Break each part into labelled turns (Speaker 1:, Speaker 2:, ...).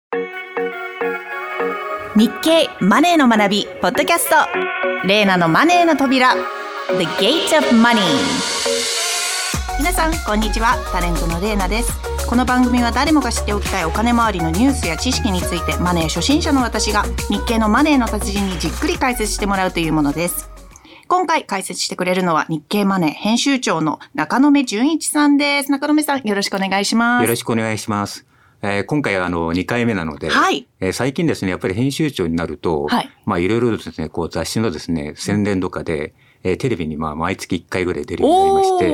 Speaker 1: 日経マネーの学びポッドキャスト、レイナのマネーの扉 The Gate of Money。 皆さんこんにちは、タレントのレイナです。この番組は誰もが知っておきたいお金周りのニュースや知識について、マネー初心者の私が日経のマネーの達人にじっくり解説してもらうというものです。今回解説してくれるのは日経マネー編集長の中野目純一さんです。中野目さん、よろしくお願いします。
Speaker 2: よろしくお願いします。今回は2回目なので、
Speaker 1: はい、
Speaker 2: 最近ですね、やっぱり編集長になると、いろいろですね、こう雑誌のですね、宣伝とかで、テレビに毎月1回ぐらい出るようになりまして、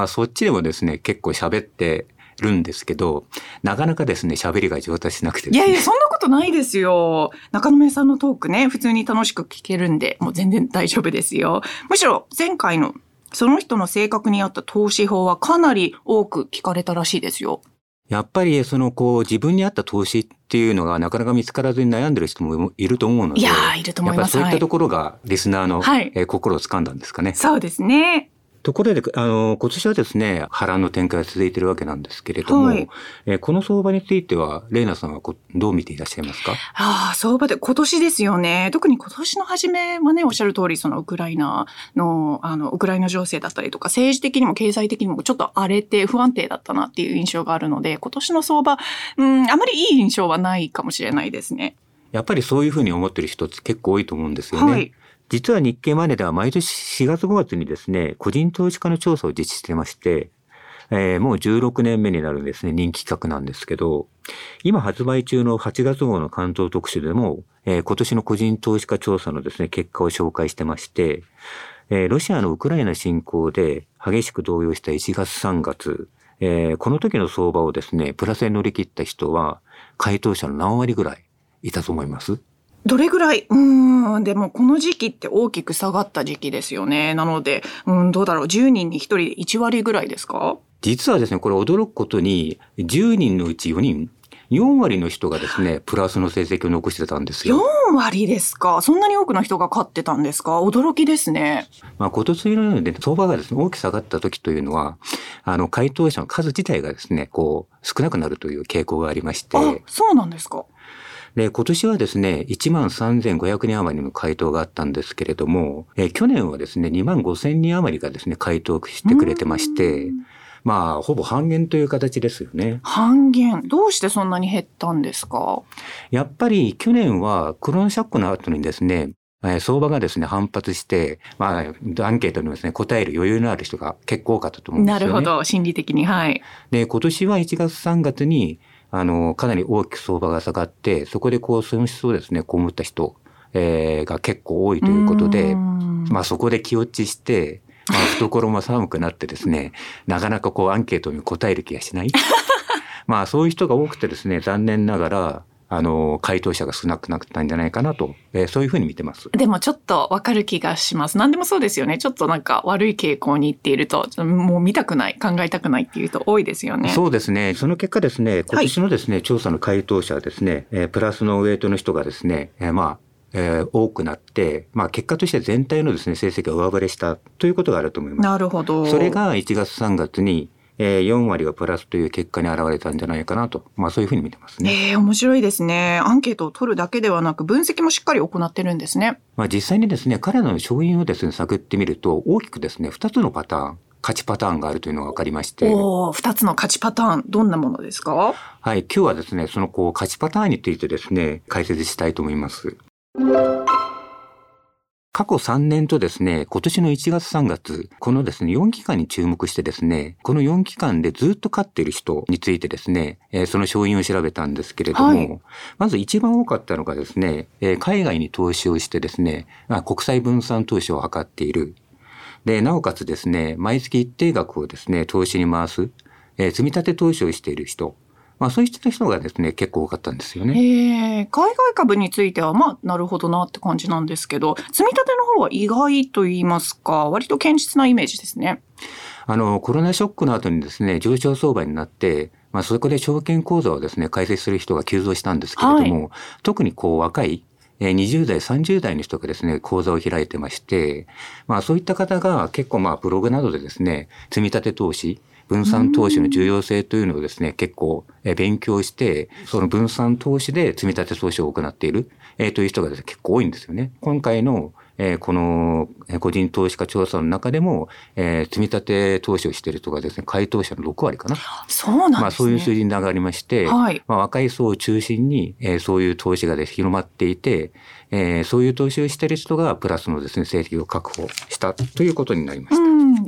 Speaker 2: そっちでもですね、結構喋ってるんですけど、なかなかですね、喋りが上達しなくてですね。
Speaker 1: いや、そんなことないですよ。中野目さんのトークね、普通に楽しく聞けるんで、もう全然大丈夫ですよ。むしろ前回のその人の性格に合った投資法はかなり多く聞かれたらしいですよ。
Speaker 2: やっぱり自分に合った投資っていうのがなかなか見つからずに悩んでる人もいると思うので、
Speaker 1: いやー、いると思います。
Speaker 2: やっぱそういったところがリスナーの、心を掴んだんですかね。
Speaker 1: そうですね。
Speaker 2: ところで、今年はですね、波乱の展開が続いているわけなんですけれども、この相場については、レイナさんはどう見ていらっしゃいますか？
Speaker 1: 相場で今年ですよね。特に今年の初めはね、おっしゃる通り、ウクライナの、ウクライナ情勢だったりとか、政治的にも経済的にもちょっと荒れて不安定だったなっていう印象があるので、今年の相場、あまりいい印象はないかもしれないですね。
Speaker 2: やっぱりそういうふうに思ってる人って結構多いと思うんですよね。実は日経マネーでは毎年4月5月にですね、個人投資家の調査を実施してまして、もう16年目になるんですね、人気企画なんですけど、今発売中の8月号の関東特集でも、今年の個人投資家調査のですね、結果を紹介してまして、ロシアのウクライナ侵攻で激しく動揺した1月3月、この時の相場をですね、プラスで乗り切った人は、回答者の何割ぐらいいたと思います？
Speaker 1: どれぐらい？でもこの時期って大きく下がった時期ですよね。なので、どうだろう、10人に1人で1割ぐらいですか？
Speaker 2: 実はですね、これ驚くことに、10人のうち4人、4割の人がですね、プラスの成績を残してたんですよ。
Speaker 1: 4割ですか？そんなに多くの人が買ってたんですか？驚きですね。
Speaker 2: 今年のように相場がですね、大きく下がった時というのは、回答者の数自体がですね、少なくなるという傾向がありまして。
Speaker 1: そうなんですか。
Speaker 2: で、今年はですね、13,500人余りの回答があったんですけれども、去年はですね、25,000人余りがですね、回答してくれてまして、ほぼ半減という形ですよね。
Speaker 1: 半減。どうしてそんなに減ったんですか？
Speaker 2: やっぱり去年はコロナショックの後にですね、相場がですね、反発して、アンケートにもですね、答える余裕のある人が結構多かったと思うんですよね。
Speaker 1: なるほど、心理的に。
Speaker 2: で、今年は1月3月に、かなり大きく相場が下がって、そこで損失をですね、被った人、が結構多いということで、そこで気落ちして、懐も寒くなってですね、なかなかアンケートに答える気がしない。そういう人が多くてですね、残念ながら、回答者が少なくなったんじゃないかなと、そういうふうに見てます。
Speaker 1: でもちょっとわかる気がします。何でもそうですよね。ちょっとなんか悪い傾向に行っていると、もう見たくない、考えたくないっていう人多いですよね。
Speaker 2: そうですね。その結果ですね、今年のですね、調査の回答者はですね、プラスのウェイトの人がですね、多くなって、結果として全体のですね、成績が上振れしたということがあると思います。
Speaker 1: なるほど。
Speaker 2: それが1月3月に4割がプラスという結果に現れたんじゃないかなと、そういうふうに見てますね。
Speaker 1: 面白いですね。アンケートを取るだけではなく分析もしっかり行ってるんですね。
Speaker 2: 実際にですね、彼らの勝因をですね、探ってみると大きくですね、2つのパターン、勝ちパターンがあるというのが分かりまして。
Speaker 1: 2つの勝ちパターン、どんなものですか？
Speaker 2: はい、今日はですね、その勝ちパターンについてですね、解説したいと思います。過去3年とですね、今年の1月3月、このですね、4期間に注目してですね、この4期間でずっと勝っている人についてですね、その勝因を調べたんですけれども、まず一番多かったのがですね、海外に投資をしてですね、国際分散投資を図っている。で、なおかつですね、毎月一定額をですね、投資に回す、積み立て投資をしている人。そういった人がですね、結構多かったんですよね。
Speaker 1: 海外株については、なるほどなって感じなんですけど、積み立ての方は意外と言いますか、割と堅実なイメージですね。
Speaker 2: コロナショックの後にですね、上昇相場になって、そこで証券口座をですね、開設する人が急増したんですけれども、特に若い20代、30代の人がですね、口座を開いてまして、そういった方が結構ブログなどでですね、積み立て投資、 分散投資の重要性というのをですね、結構勉強して、その分散投資で積み立て投資を行っているという人がですね、結構多いんですよね。今回のこの個人投資家調査の中でも、積み立て投資をしている人がですね、回答者の6割かな。
Speaker 1: そうなんですね。
Speaker 2: そういう数字に上がりまして、
Speaker 1: はい、
Speaker 2: 若い層を中心に、そういう投資がですね、広まっていて、そういう投資をしている人がプラスのですね、成績を確保したということになりました。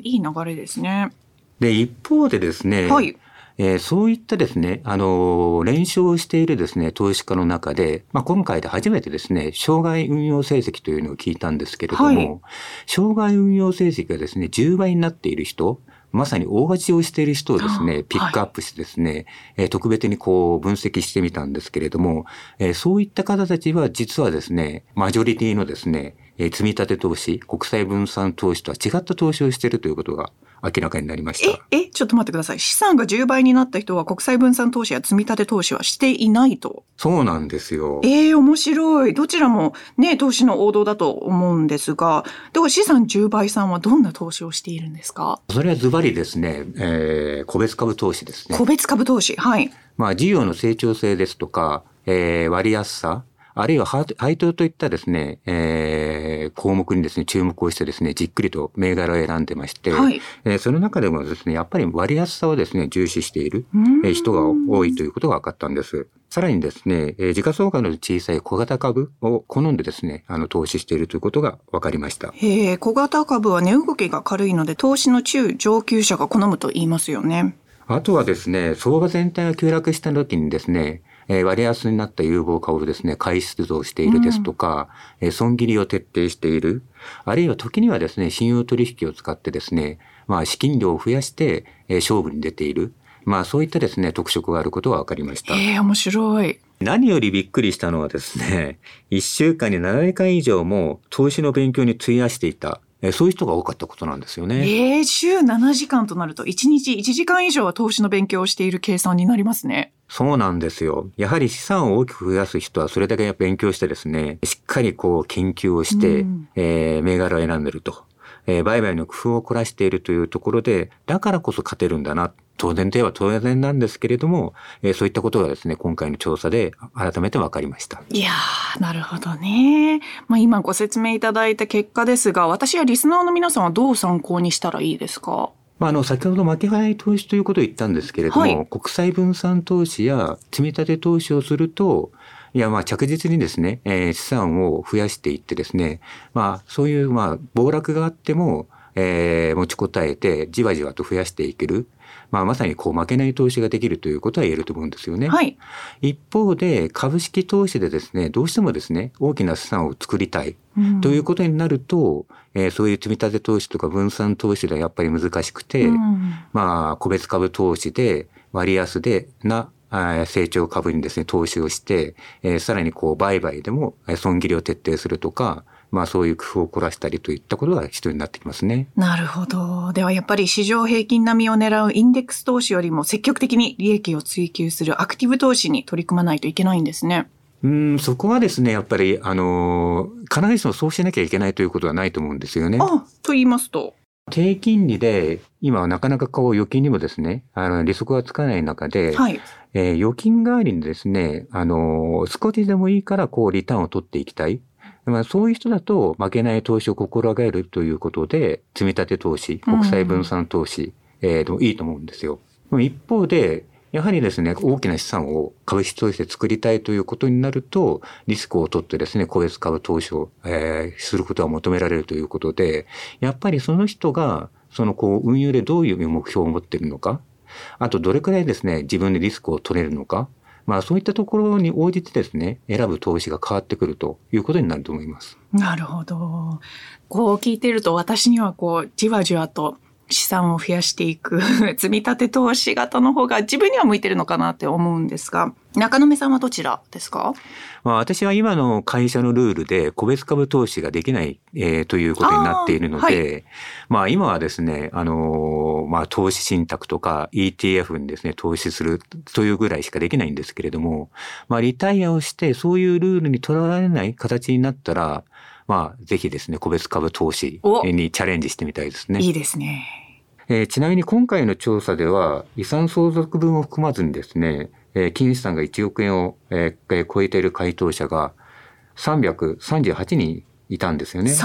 Speaker 1: いい流れですね。
Speaker 2: で、一方でですね、
Speaker 1: はい、
Speaker 2: そういったですね、連勝しているですね、投資家の中で、今回で初めてですね、生涯運用成績というのを聞いたんですけれども、はい、生涯運用成績がですね、10倍になっている人、まさに大勝ちをしている人をですね、ピックアップしてですね、特別にこう分析してみたんですけれども、そういった方たちは実はですね、マジョリティのですね、積み立て投資、国際分散投資とは違った投資をしているということが明らかになりました。
Speaker 1: ちょっと待ってください。資産が10倍になった人は国際分散投資や積み立て投資はしていないと。
Speaker 2: そうなんですよ。
Speaker 1: 面白い。どちらもね、投資の王道だと思うんですが、では資産10倍さんはどんな投資をしているんですか？
Speaker 2: それはズバリですね、個別株投資ですね。
Speaker 1: 個別株投資。はい。
Speaker 2: 事業の成長性ですとか、割安さ、あるいは配当といったですね、項目にですね、注目をしてですね、じっくりと銘柄を選んでまして、はい、その中でもですね、やっぱり割安さをですね、重視している人が多いということが分かったんです。さらにですね、時価総額の小さい小型株を好んでですね、投資しているということが分かりました。
Speaker 1: 小型株は値動きが軽いので、投資の中上級者が好むと言いますよね。
Speaker 2: あとはですね、相場全体が急落した時にですね、割安になった有望株をですね、買い出動しているですとか、損切りを徹底している。あるいは時にはですね、信用取引を使ってですね、資金量を増やして、勝負に出ている。そういったですね、特色があることが分かりました。
Speaker 1: 面白い。
Speaker 2: 何よりびっくりしたのはですね、1週間に7時間以上も投資の勉強に費やしていた。そういう人が多かったことなんですよね。
Speaker 1: 週7時間となると1日1時間以上は投資の勉強をしている計算になりますね。
Speaker 2: そうなんですよ。やはり資産を大きく増やす人はそれだけ勉強してですね、しっかりこう研究をして、銘柄を選んでいると。売買の工夫を凝らしているというところで、だからこそ勝てるんだな。当然では当然なんですけれども、そういったことがですね、今回の調査で改めて分かりました。
Speaker 1: いやー、なるほどね。今ご説明いただいた結果ですが、私やリスナーの皆さんはどう参考にしたらいいですか？
Speaker 2: 先ほど負けない投資ということを言ったんですけれども、はい、国際分散投資や積み立て投資をすると、着実にですね、資産を増やしていってですね、そういう暴落があっても、持ちこたえてじわじわと増やしていける。まさに負けない投資ができるということは言えると思うんですよね。
Speaker 1: はい、
Speaker 2: 一方で株式投資でですね、どうしてもですね、大きな資産を作りたいということになると、そういう積み立て投資とか分散投資ではやっぱり難しくて、個別株投資で割安で成長株にですね、投資をして、さらに売買でも損切りを徹底するとか、そういう工夫を凝らしたりといったことが必要になってきますね。
Speaker 1: なるほど。ではやっぱり市場平均並みを狙うインデックス投資よりも積極的に利益を追求するアクティブ投資に取り組まないといけないんですね。
Speaker 2: そこはですね、やっぱり必ずしもそうしなきゃいけないということはないと思うんですよね。
Speaker 1: と言いますと、
Speaker 2: 低金利で今はなかなか預金にもですね、利息がつかない中で、
Speaker 1: はい、
Speaker 2: 預金代わりにですね、少しでもいいからリターンを取っていきたい。そういう人だと負けない投資を心がけるということで、積み立て投資、国際分散投資、でもいいと思うんですよ。一方で、やはりですね、大きな資産を株式投資で作りたいということになると、リスクを取ってですね、個別株投資を、することが求められるということで、やっぱりその人が、運用でどういう目標を持っているのか、あとどれくらいですね、自分でリスクを取れるのか、そういったところに応じてですね、選ぶ投資が変わってくるということになると思います。
Speaker 1: なるほど。聞いていると私にはじわじわと資産を増やしていく積み立て投資型の方が自分には向いてるのかなって思うんですが、中野さんはどちらですか？
Speaker 2: 私は今の会社のルールで個別株投資ができない、ということになっているので、今はですね、投資信託とか ETF にですね、投資するというぐらいしかできないんですけれども、リタイアをしてそういうルールにとらわれない形になったら、ぜひですね、個別株投資にチャレンジしてみたいですね。
Speaker 1: いいですね。
Speaker 2: ちなみに今回の調査では遺産相続分を含まずにですね、金融資産が1億円を、超えている回答者が338人いたんですよね。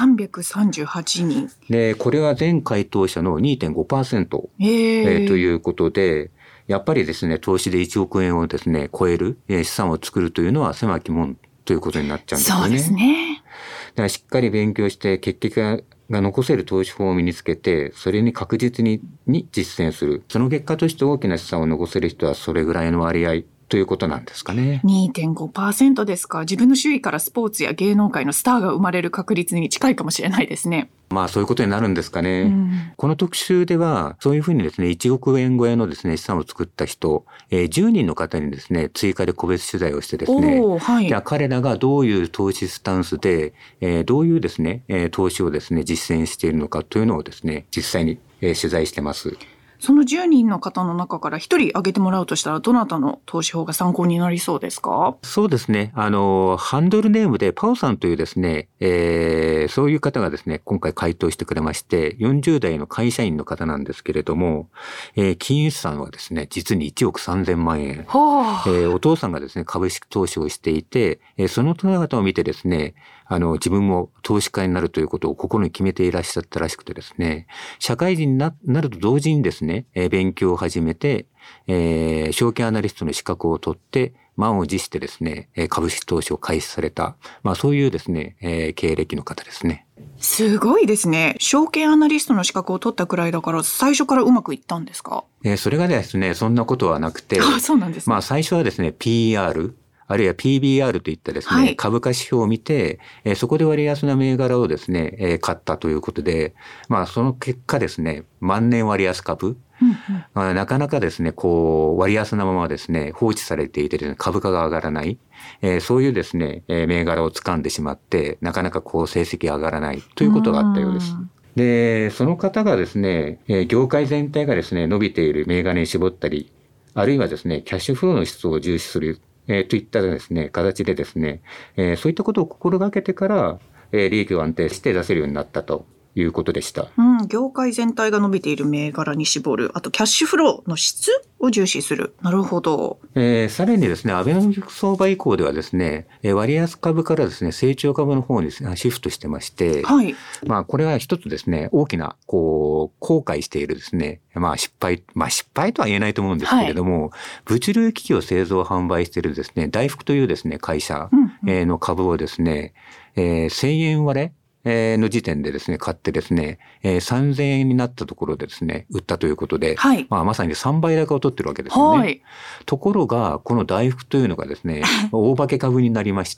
Speaker 1: 338人。
Speaker 2: で、これは全回答者の 2.5%、ということで、やっぱりですね、投資で1億円をですね、超える資産を作るというのは狭き門ということになっちゃうんですよね。
Speaker 1: そうですね。
Speaker 2: だからしっかり勉強して結局が残せる投資法を身につけて、それに確実に実践する。その結果として大きな資産を残せる人はそれぐらいの割合ということなんですかね。
Speaker 1: 2.5% ですか。自分の周囲からスポーツや芸能界のスターが生まれる確率に近いかもしれないですね。
Speaker 2: まあそういうことになるんですかね。この特集ではそういうふうにですね、1億円超えのですね、資産を作った人、10人の方にですね、追加で個別取材をしてですね、じゃあ彼らがどういう投資スタンスで、どういうですね、投資をですね、実践しているのかというのをですね、実際に、取材してます。
Speaker 1: その10人の方の中から1人挙げてもらうとしたら、どなたの投資法が参考になりそうですか？
Speaker 2: そうですね。ハンドルネームでパオさんというですね、そういう方がですね、今回回答してくれまして、40代の会社員の方なんですけれども、金融資産はですね、実に1億3000万円。お父さんがですね、株式投資をしていて、その姿を見てですね、自分も投資家になるということを心に決めていらっしゃったらしくてですね、社会人になると同時にですね、勉強を始めて、証券アナリストの資格を取って、満を持してですね、株式投資を開始された、まあそういうですね、経歴の方ですね。
Speaker 1: すごいですね。証券アナリストの資格を取ったくらいだから最初からうまくいったんですか？
Speaker 2: それがですね、そんなことはなくて、
Speaker 1: そうなんですね。
Speaker 2: まあ最初はですね、PR、あるいは PBR といったですね、株価指標を見て、そこで割安な銘柄をですね、買ったということで、まあその結果ですね、万年割安株、なかなかですね、こう割安なままですね、放置されていてですね、株価が上がらない、そういうですね、銘柄を掴んでしまって、なかなかこう成績上がらないということがあったようです。で、その方がですね、業界全体がですね、伸びている銘柄に絞ったり、あるいはですね、キャッシュフローの質を重視する、といったですね、形でですね、そういったことを心がけてから、利益を安定して出せるようになったということでした。
Speaker 1: 業界全体が伸びている銘柄に絞る。あとキャッシュフローの質を重視する。なるほど。
Speaker 2: さらにですね、アベノミクス相場以降ではですね、割安株からですね、成長株の方にシフトしてまして、まあこれは一つですね、大きなこう後悔しているですね、まあ失敗とは言えないと思うんですけれども、物流機器を製造販売しているですね、大福というですね、会社の株をですね、1000円割れの時点でですね、買ってですね、3000円になったところでですね、売ったということで、まあまさに3倍高を取ってるわけですよね。ところが、この大福というのがですね、大化け株になりまして、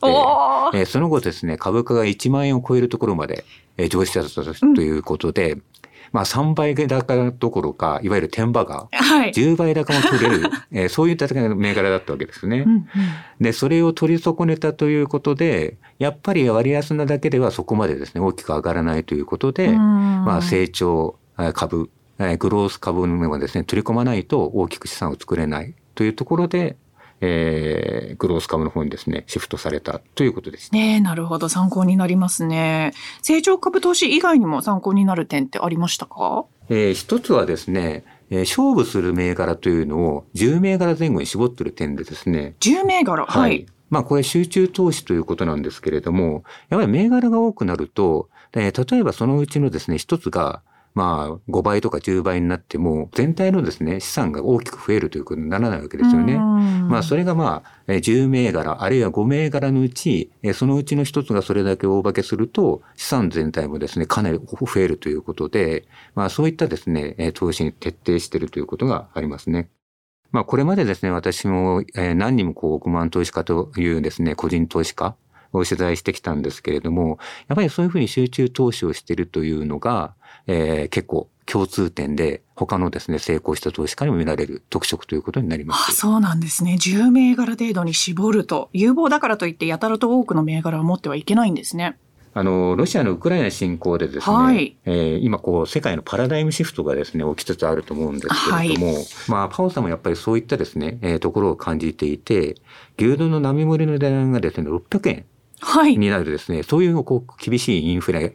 Speaker 2: その後ですね、株価が1万円を超えるところまで上昇したということで、まあ3倍高どころか、いわゆる天馬が10倍高も取れる、そういった銘柄だったわけですね。で、それを取り損ねたということで、やっぱり割安なだけではそこまでですね、大きく上がらないということで、まあ成長株、グロース株をですね、取り込まないと大きく資産を作れないというところで、グロース株の方にですね、シフトされたということです
Speaker 1: ね。なるほど、参考になりますね。成長株投資以外にも参考になる点ってありましたか？
Speaker 2: 一つはですね、勝負する銘柄というのを10銘柄前後に絞っている点でですね。
Speaker 1: 10銘柄、
Speaker 2: まあこれ集中投資ということなんですけれども、やっぱり銘柄が多くなると、例えばそのうちのですね、一つがまあ5倍とか10倍になっても全体のですね資産が大きく増えるということにならないわけですよね。まあそれがまあ10銘柄あるいは5銘柄のうちそのうちの一つがそれだけ大化けすると資産全体もですねかなり増えるということで、まあそういったですね投資に徹底しているということがありますね。まあこれまでですね私も何人も億万投資家というですね個人投資家を取材してきたんですけれども、やっぱりそういうふうに集中投資をしているというのが、結構共通点で他のですね成功した投資家にも見られる特色ということになります。
Speaker 1: そうなんですね。10銘柄程度に絞ると、有望だからといってやたらと多くの銘柄を持ってはいけないんですね。
Speaker 2: ロシアのウクライナ侵攻でですね、今こう世界のパラダイムシフトがですね起きつつあると思うんですけれども、まあパオさんもやっぱりそういったですね、ところを感じていて、牛丼の並盛りの値段がですね600円になるですね、そういうこう厳しいインフレ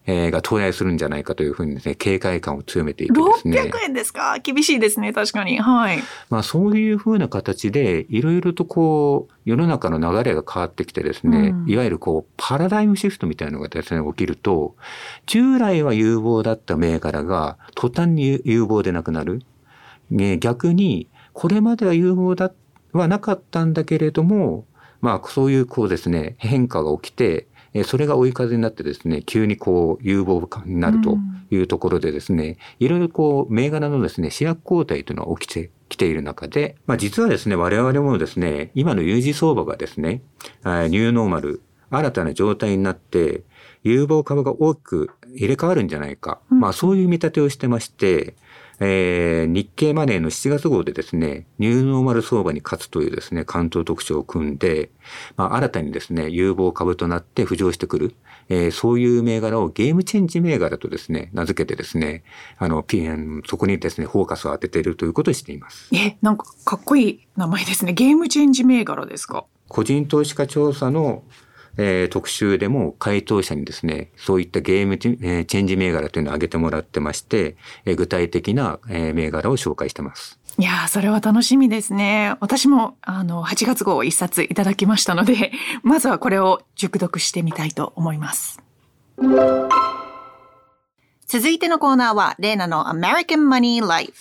Speaker 2: が到来するんじゃないかというふうにですね、警戒感を強めていてですね。
Speaker 1: 600円ですか？厳しいですね、確かに。はい。
Speaker 2: そういうふうな形で、いろいろと世の中の流れが変わってきてですね、いわゆるパラダイムシフトみたいなのがですね、起きると、従来は有望だった銘柄が途端に有望でなくなる。逆に、これまでは有望はなかったんだけれども、そういうですね、変化が起きて、それが追い風になってですね、急に有望感になるというところでですね、いろいろ銘柄のですね、主役交代というのが起きてきている中で、実はですね、我々もですね、今の有事相場がですね、ニューノーマル、新たな状態になって、有望株が大きく入れ替わるんじゃないか。そういう見立てをしてまして、日経マネーの7月号でですね、ニューノーマル相場に勝つというですね、関東特徴を組んで、新たにですね、有望株となって浮上してくる、そういう銘柄をゲームチェンジ銘柄とですね、名付けてですね、そこにですね、フォーカスを当てているということをしています。
Speaker 1: なんかかっこいい名前ですね。ゲームチェンジ銘柄ですか？
Speaker 2: 個人投資家調査の特集でも回答者にですね、そういったゲームチェンジ銘柄というのを挙げてもらってまして、具体的な銘柄を紹介してます。
Speaker 1: いやー、それは楽しみですね。私も8月号を1冊いただきましたので、まずはこれを熟読してみたいと思います。続いてのコーナーはレイナの American Money Life。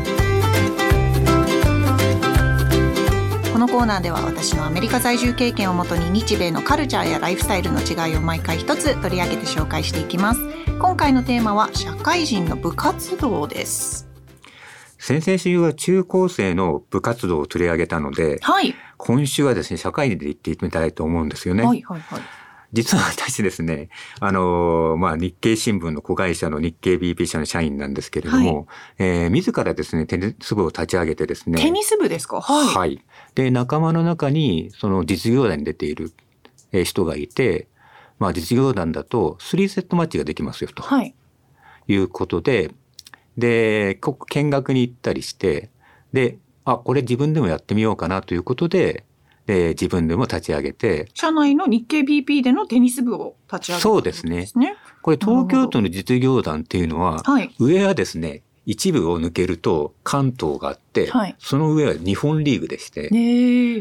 Speaker 1: このコーナーでは私のアメリカ在住経験をもとに日米のカルチャーやライフスタイルの違いを毎回一つ取り上げて紹介していきます。今回のテーマは社会人の部活動です。
Speaker 2: 先々週は中高生の部活動を取り上げたので、
Speaker 1: はい、
Speaker 2: 今週はですね、社会人で行ってみたいと思うんですよね。
Speaker 1: はいはいはい。
Speaker 2: 実は私ですね、日経新聞の子会社の日経 BP 社の社員なんですけれども、自らですね、テニス部を立ち上げてですね。
Speaker 1: テニス部ですか？はい。
Speaker 2: はい。で、仲間の中に、その実業団に出ている人がいて、実業団だと3セットマッチができますよと。
Speaker 1: はい。
Speaker 2: いうことで、見学に行ったりして、で、これ自分でもやってみようかなということで、自分でも立ち上げて。
Speaker 1: 社内の日経 BP でのテニス部を立ち上げた、
Speaker 2: そうですね。これ東京都の実業団っていうのは、上はですね、一部を抜けると関東があって、その上は日本リーグでして、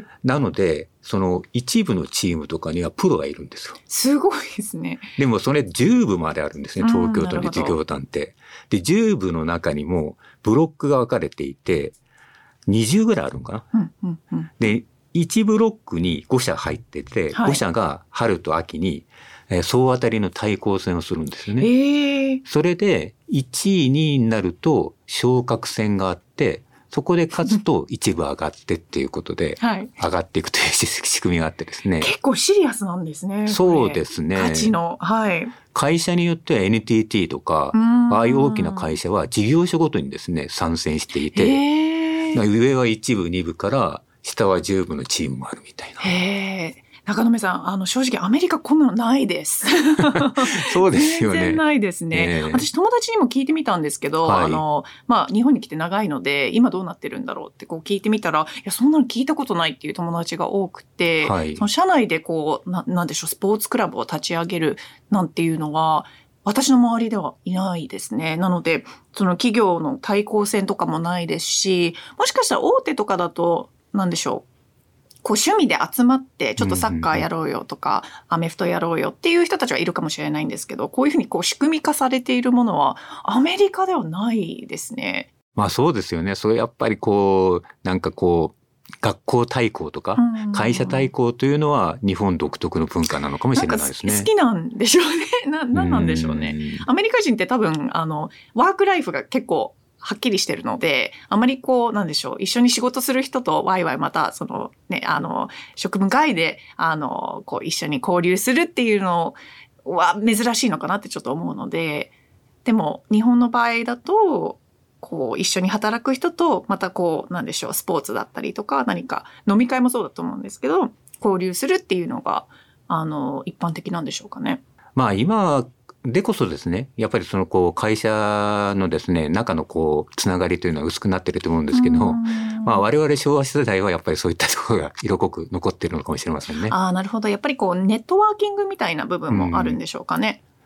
Speaker 2: なので、その一部のチームとかにはプロがいるんですよ。
Speaker 1: すごいですね。
Speaker 2: でもそれ10部まであるんですね、東京都の実業団って。で、10部の中にもブロックが分かれていて、20ぐらいあるのかな。で、1ブロックに5社入ってて、5社が春と秋に総当たりの対抗戦をするんですよね。それで1位、2位になると昇格戦があって、そこで勝つと一部上がってっていうことで、上がっていくという仕組みがあってですね。
Speaker 1: 結構シリアスなんですね。
Speaker 2: そうですね。
Speaker 1: 価値の。
Speaker 2: 会社によっては NTT とか、ああいう大きな会社は事業所ごとにですね、参戦していて、上は1部、2部から、下は10部のチームもあるみたいな。
Speaker 1: 中野さん、正直アメリカこんなのないです。
Speaker 2: そうですよね。
Speaker 1: 全然ないですね。私友達にも聞いてみたんですけど、日本に来て長いので、今どうなってるんだろうって聞いてみたら、いや、そんなの聞いたことないっていう友達が多くて、その社内でなんでしょう、スポーツクラブを立ち上げるなんていうのが、私の周りではいないですね。なので、その企業の対抗戦とかもないですし、もしかしたら大手とかだと、なんでしょう。趣味で集まってちょっとサッカーやろうよとか、アメフトやろうよっていう人たちはいるかもしれないんですけど、こういうふうに仕組み化されているものはアメリカではないですね。
Speaker 2: そうですよね。それやっぱり学校対抗とか会社対抗というのは日本独特の文化なのかもしれないですね。
Speaker 1: 好きなんでしょうね。なんなんでしょうね。アメリカ人って多分ワークライフが結構はっきりしてるので、あまりなんでしょう、一緒に仕事する人とワイワイまた、職務外で、一緒に交流するっていうのは珍しいのかなってちょっと思うので、でも、日本の場合だと、一緒に働く人と、またなんでしょう、スポーツだったりとか、何か飲み会もそうだと思うんですけど、交流するっていうのが、一般的なんでしょうかね。
Speaker 2: 今でこそですね、やっぱりその会社のですね、中のつながりというのは薄くなってると思うんですけど、我々昭和世代はやっぱりそういったところが色濃く残っているのかもしれませんね。
Speaker 1: なるほど。やっぱりネットワーキングみたいな部分もあるんでしょうかね。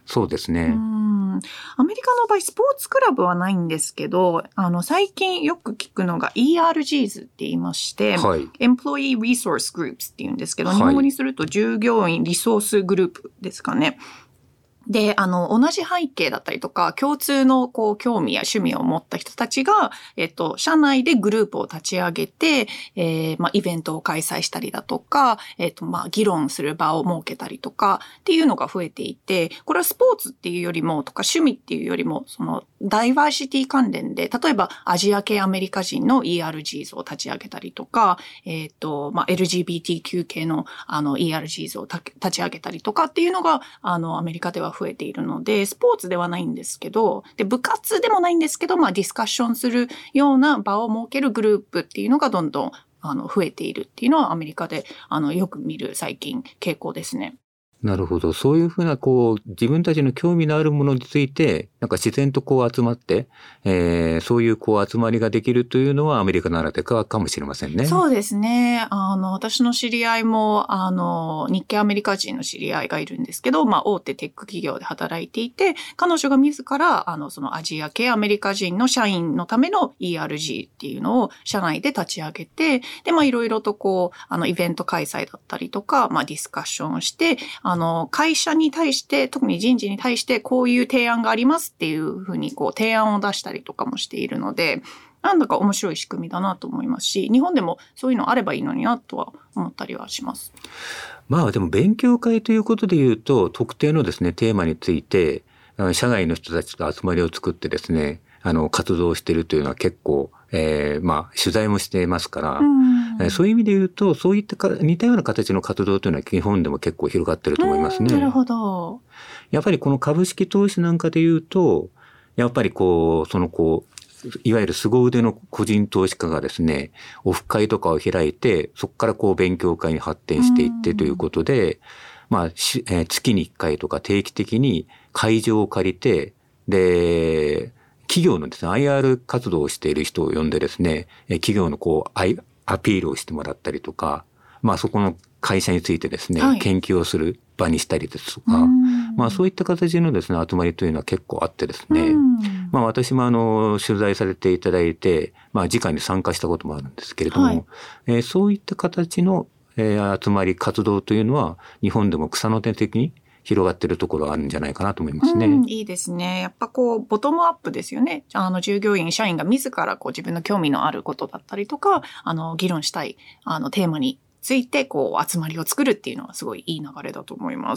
Speaker 2: そうですね。
Speaker 1: アメリカの場合スポーツクラブはないんですけど、最近よく聞くのが ERGs って言いまして、
Speaker 2: はい、
Speaker 1: Employee Resource Groups って言うんですけど、日本語にすると従業員リソースグループですかね。で、同じ背景だったりとか、共通の興味や趣味を持った人たちが、社内でグループを立ち上げて、イベントを開催したりだとか、議論する場を設けたりとかっていうのが増えていて、これはスポーツっていうよりも、とか趣味っていうよりも、ダイバーシティ関連で、例えばアジア系アメリカ人の ERGs を立ち上げたりとか、LGBTQ 系のERGs を立ち上げたりとかっていうのが、アメリカでは増えているので、スポーツではないんですけど、で、部活でもないんですけど、ディスカッションするような場を設けるグループっていうのがどんどん増えているっていうのはアメリカでよく見る最近傾向ですね。
Speaker 2: なるほど。そういうふうな自分たちの興味のあるものについてなんか自然と集まって、そういう集まりができるというのはアメリカならではかもしれませんね。
Speaker 1: そうですね。私の知り合いも日系アメリカ人の知り合いがいるんですけど、大手テック企業で働いていて、彼女が自らそのアジア系アメリカ人の社員のための ERG っていうのを社内で立ち上げて、でいろいろとイベント開催だったりとか、ディスカッションをして会社に対して、特に人事に対してこういう提案がありますっていうふうに提案を出したりとかもしているので、なんだか面白い仕組みだなと思いますし、日本でもそういうのあればいいのになとは思ったりはします。
Speaker 2: でも勉強会ということでいうと、特定のですね、テーマについて、社外の人たちと集まりを作ってですね、活動しているというのは結構、取材もしていますから、そういう意味で言うと、そういった似たような形の活動というのは日本でも結構広がっていると思いますね。
Speaker 1: なるほど。
Speaker 2: やっぱりこの株式投資なんかで言うと、やっぱりいわゆる凄腕の個人投資家がですね、オフ会とかを開いて、そこから勉強会に発展していってということで、月に1回とか定期的に会場を借りて、で、企業のですね、IR 活動をしている人を呼んでですね、企業のアピールをしてもらったりとか、そこの会社についてですね、研究をする場にしたりですとか、そういった形のですね、集まりというのは結構あってですね、私も取材させていただいて、直に参加したこともあるんですけれども、そういった形の、集まり活動というのは日本でも草の根的に広がっているところがあるんじゃないかなと思いますね。
Speaker 1: いいですね。やっぱボトムアップですよね。従業員、社員が自ら自分の興味のあることだったりとか、議論したいテーマについて集まりを作るっていうのはすごいいい流れだと思います。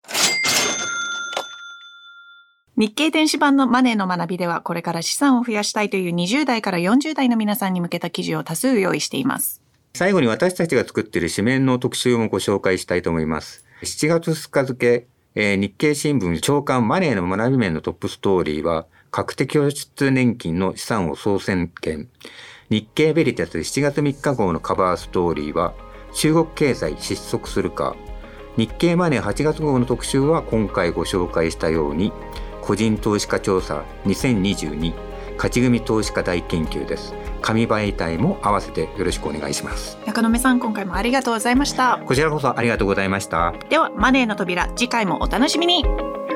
Speaker 1: 日経電子版のマネーの学びでは、これから資産を増やしたいという20代から40代の皆さんに向けた記事を多数用意しています。
Speaker 2: 最後に私たちが作っている紙面の特集もご紹介したいと思います。7月2日付、日経新聞朝刊マネーの学び面のトップストーリーは、確定拠出年金の資産を総点検。日経ベリタス7月3日号のカバーストーリーは、中国経済失速するか。日経マネー8月号の特集は今回ご紹介したように、個人投資家調査2022勝ち組投資家大研究です。紙媒体も合わせてよろしくお願いします。
Speaker 1: 中野目さん、今回もありがとうございました。
Speaker 2: こちらこそありがとうございました。
Speaker 1: では、マネーの扉、次回もお楽しみに。